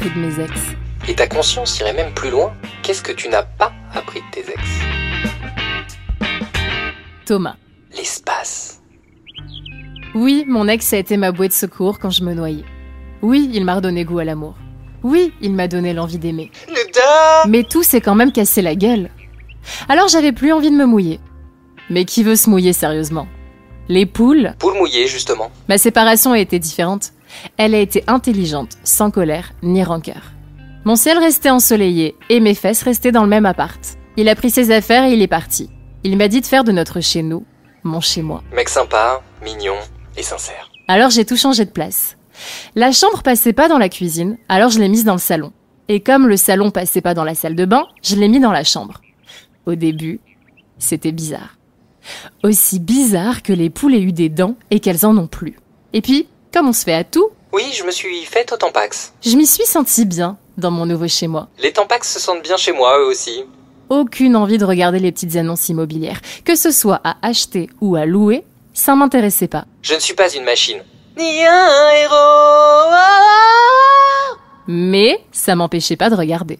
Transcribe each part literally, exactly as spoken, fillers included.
appris de mes ex. Et ta conscience irait même plus loin. Qu'est-ce que tu n'as pas appris de tes ex? Thomas. L'espace. Oui, mon ex a été ma bouée de secours quand je me noyais. Oui, il m'a redonné goût à l'amour. Oui, il m'a donné l'envie d'aimer. Le da... Mais tout s'est quand même cassé la gueule. Alors j'avais plus envie de me mouiller. Mais qui veut se mouiller sérieusement? Les poules? Poule mouillée, justement. Ma séparation a été différente. Elle a été intelligente, sans colère ni rancœur. Mon ciel restait ensoleillé et mes fesses restaient dans le même appart. Il a pris ses affaires et il est parti. Il m'a dit de faire de notre chez nous mon chez moi. Mec sympa, mignon et sincère. Alors j'ai tout changé de place. La chambre passait pas dans la cuisine, alors je l'ai mise dans le salon. Et comme le salon passait pas dans la salle de bain, je l'ai mis dans la chambre. Au début, c'était bizarre. Aussi bizarre que les poules aient eu des dents et qu'elles en ont plus. Et puis, comme on se fait à tout... Oui, je me suis fait au Tampax. Je m'y suis sentie bien dans mon nouveau chez moi. Les Tampax se sentent bien chez moi, eux aussi. Aucune envie de regarder les petites annonces immobilières. Que ce soit à acheter ou à louer, ça m'intéressait pas. Je ne suis pas une machine. Ni un héros. Mais ça m'empêchait pas de regarder.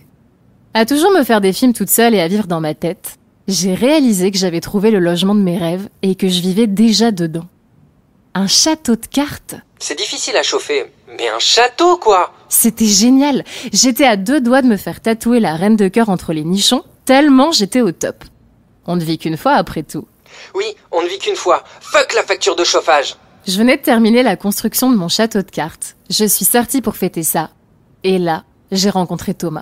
À toujours me faire des films toute seule et à vivre dans ma tête, j'ai réalisé que j'avais trouvé le logement de mes rêves et que je vivais déjà dedans. Un château de cartes. C'est difficile à chauffer, mais un château, quoi. C'était génial. J'étais à deux doigts de me faire tatouer la reine de cœur entre les nichons, tellement j'étais au top. On ne vit qu'une fois après tout. Oui, on ne vit qu'une fois. Fuck la facture de chauffage. Je venais de terminer la construction de mon château de cartes. Je suis sortie pour fêter ça. Et là, j'ai rencontré Thomas.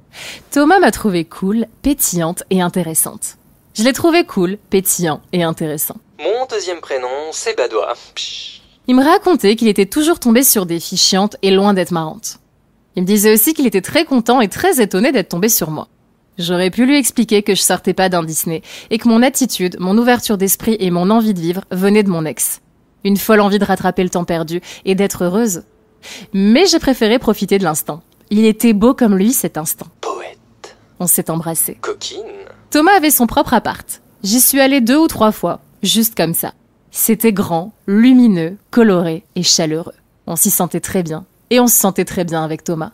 Thomas m'a trouvée cool, pétillante et intéressante. Je l'ai trouvé cool, pétillant et intéressant. Mon deuxième prénom, c'est Badois. Psh. Il me racontait qu'il était toujours tombé sur des filles chiantes et loin d'être marrantes. Il me disait aussi qu'il était très content et très étonné d'être tombé sur moi. J'aurais pu lui expliquer que je sortais pas d'un Disney et que mon attitude, mon ouverture d'esprit et mon envie de vivre venaient de mon ex. Une folle envie de rattraper le temps perdu et d'être heureuse. Mais j'ai préféré profiter de l'instant. Il était beau comme lui cet instant. Poète. On s'est embrassés. Coquine. Thomas avait son propre appart. J'y suis allée deux ou trois fois, juste comme ça. C'était grand, lumineux, coloré et chaleureux. On s'y sentait très bien. Et on se sentait très bien avec Thomas.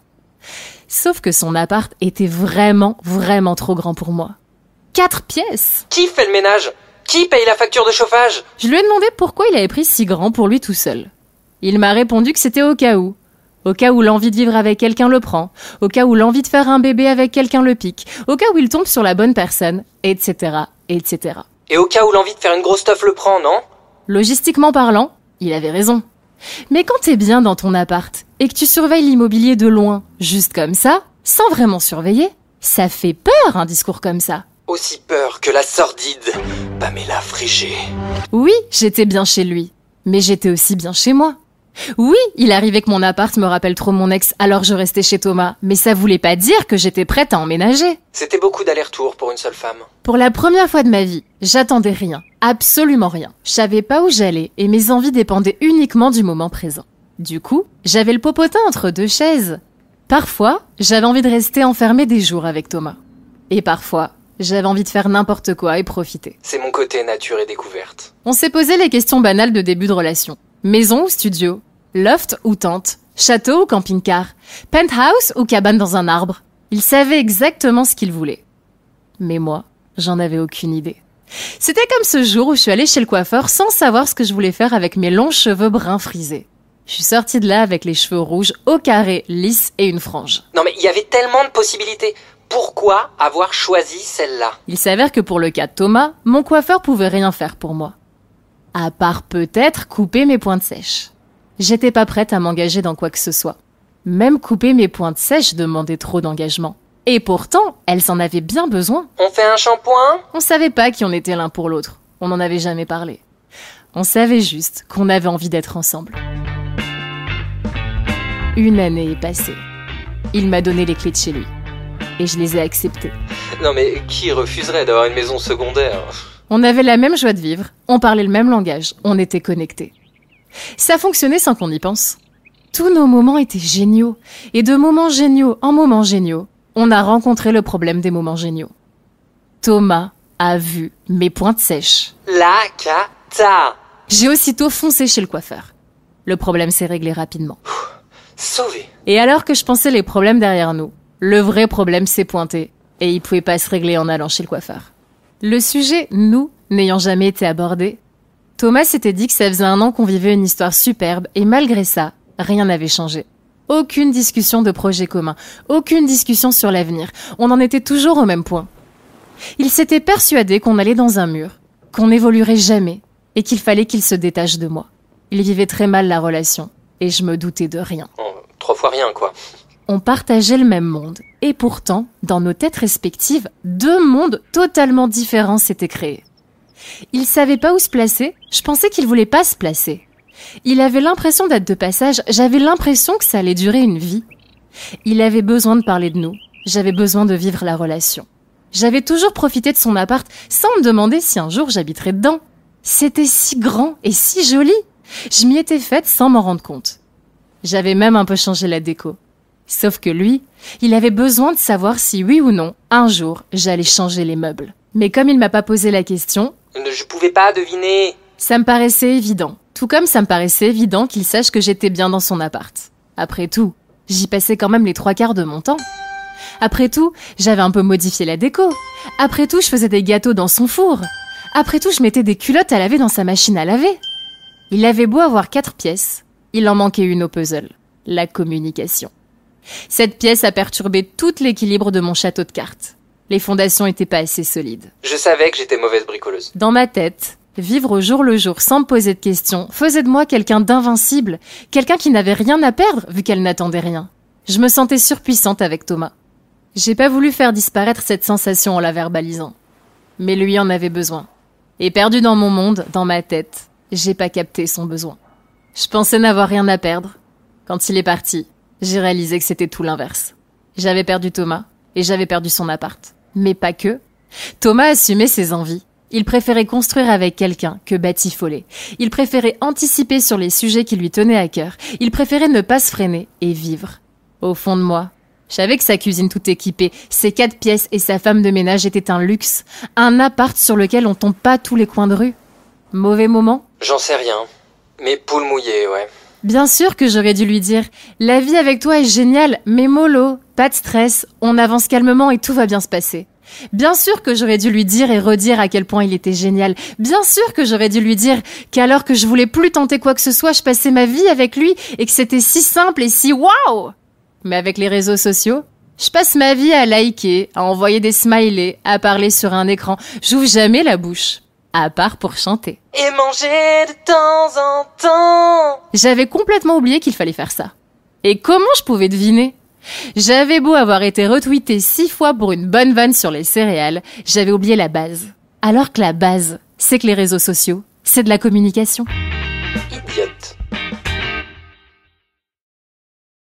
Sauf que son appart était vraiment, vraiment trop grand pour moi. Quatre pièces! Qui fait le ménage? Qui paye la facture de chauffage? Je lui ai demandé pourquoi il avait pris si grand pour lui tout seul. Il m'a répondu que c'était au cas où. Au cas où l'envie de vivre avec quelqu'un le prend. Au cas où l'envie de faire un bébé avec quelqu'un le pique. Au cas où il tombe sur la bonne personne, et cetera, et cetera. Et au cas où l'envie de faire une grosse teuf le prend, non? Logistiquement parlant, il avait raison. Mais quand t'es bien dans ton appart et que tu surveilles l'immobilier de loin, juste comme ça, sans vraiment surveiller, ça fait peur un discours comme ça. Aussi peur que la sordide Pamela Frégé. Oui, j'étais bien chez lui, mais j'étais aussi bien chez moi. Oui, il arrivait que mon appart me rappelle trop mon ex, alors je restais chez Thomas, mais ça voulait pas dire que j'étais prête à emménager. C'était beaucoup d'allers-retours pour une seule femme. Pour la première fois de ma vie, j'attendais rien, absolument rien. Je savais pas où j'allais et mes envies dépendaient uniquement du moment présent. Du coup, j'avais le popotin entre deux chaises. Parfois, j'avais envie de rester enfermée des jours avec Thomas. Et parfois, j'avais envie de faire n'importe quoi et profiter. C'est mon côté nature et découverte. On s'est posé les questions banales de début de relation. Maison ou studio? Loft ou tente? Château ou camping-car? Penthouse ou cabane dans un arbre? Il savait exactement ce qu'il voulait. Mais moi, j'en avais aucune idée. C'était comme ce jour où je suis allée chez le coiffeur sans savoir ce que je voulais faire avec mes longs cheveux bruns frisés. Je suis sortie de là avec les cheveux rouges au carré, lisses et une frange. Non mais il y avait tellement de possibilités. Pourquoi avoir choisi celle-là? Il s'avère que pour le cas de Thomas, mon coiffeur pouvait rien faire pour moi. À part peut-être couper mes pointes sèches. J'étais pas prête à m'engager dans quoi que ce soit. Même couper mes pointes sèches demandait trop d'engagement. Et pourtant, elles en avaient bien besoin. On fait un shampoing? On savait pas qui on était l'un pour l'autre. On n'en avait jamais parlé. On savait juste qu'on avait envie d'être ensemble. Une année est passée. Il m'a donné les clés de chez lui. Et je les ai acceptées. Non mais qui refuserait d'avoir une maison secondaire? On avait la même joie de vivre, on parlait le même langage, on était connectés. Ça fonctionnait sans qu'on y pense. Tous nos moments étaient géniaux. Et de moments géniaux en moments géniaux, on a rencontré le problème des moments géniaux. Thomas a vu mes pointes sèches. La cata. J'ai aussitôt foncé chez le coiffeur. Le problème s'est réglé rapidement. Sauvé. Et alors que je pensais les problèmes derrière nous, le vrai problème s'est pointé. Et il pouvait pas se régler en allant chez le coiffeur. Le sujet, nous, n'ayant jamais été abordé, Thomas s'était dit que ça faisait un an qu'on vivait une histoire superbe et malgré ça, rien n'avait changé. Aucune discussion de projet commun, aucune discussion sur l'avenir. On en était toujours au même point. Il s'était persuadé qu'on allait dans un mur, qu'on n'évoluerait jamais et qu'il fallait qu'il se détache de moi. Il vivait très mal la relation et je me doutais de rien. Oh, trois fois rien, quoi. On partageait le même monde et pourtant, dans nos têtes respectives, deux mondes totalement différents s'étaient créés. Il savait pas où se placer, je pensais qu'il voulait pas se placer. Il avait l'impression d'être de passage, j'avais l'impression que ça allait durer une vie. Il avait besoin de parler de nous, j'avais besoin de vivre la relation. J'avais toujours profité de son appart sans me demander si un jour j'habiterais dedans. C'était si grand et si joli. Je m'y étais faite sans m'en rendre compte. J'avais même un peu changé la déco. Sauf que lui, il avait besoin de savoir si oui ou non, un jour, j'allais changer les meubles. Mais comme il m'a pas posé la question... Je pouvais pas deviner. Ça me paraissait évident. Tout comme ça me paraissait évident qu'il sache que j'étais bien dans son appart. Après tout, j'y passais quand même les trois quarts de mon temps. Après tout, j'avais un peu modifié la déco. Après tout, je faisais des gâteaux dans son four. Après tout, je mettais des culottes à laver dans sa machine à laver. Il avait beau avoir quatre pièces, il en manquait une au puzzle. La communication. Cette pièce a perturbé tout l'équilibre de mon château de cartes. Les fondations étaient pas assez solides. Je savais que j'étais mauvaise bricoleuse. Dans ma tête, vivre au jour le jour sans me poser de questions faisait de moi quelqu'un d'invincible, quelqu'un qui n'avait rien à perdre vu qu'elle n'attendait rien. Je me sentais surpuissante avec Thomas. J'ai pas voulu faire disparaître cette sensation en la verbalisant. Mais lui en avait besoin. Et perdu dans mon monde, dans ma tête, j'ai pas capté son besoin. Je pensais n'avoir rien à perdre. Quand il est parti, j'ai réalisé que c'était tout l'inverse. J'avais perdu Thomas et j'avais perdu son appart. Mais pas que. Thomas assumait ses envies. Il préférait construire avec quelqu'un que batifoler. Il préférait anticiper sur les sujets qui lui tenaient à cœur. Il préférait ne pas se freiner et vivre. Au fond de moi, je savais que sa cuisine tout équipée, ses quatre pièces et sa femme de ménage étaient un luxe. Un appart sur lequel on tombe pas tous les coins de rue. Mauvais moment ? J'en sais rien. Mais poule mouillée, ouais. Bien sûr que j'aurais dû lui dire « La vie avec toi est géniale, mais mollo, pas de stress, on avance calmement et tout va bien se passer. » Bien sûr que j'aurais dû lui dire et redire à quel point il était génial. Bien sûr que j'aurais dû lui dire qu'alors que je voulais plus tenter quoi que ce soit, je passais ma vie avec lui et que c'était si simple et si waouh. Mais avec les réseaux sociaux, je passe ma vie à liker, à envoyer des smileys, à parler sur un écran. J'ouvre jamais la bouche. À part pour chanter. Et manger de temps en temps. J'avais complètement oublié qu'il fallait faire ça. Et comment je pouvais deviner ? J'avais beau avoir été retweetée six fois pour une bonne vanne sur les céréales, j'avais oublié la base. Alors que la base, c'est que les réseaux sociaux, c'est de la communication.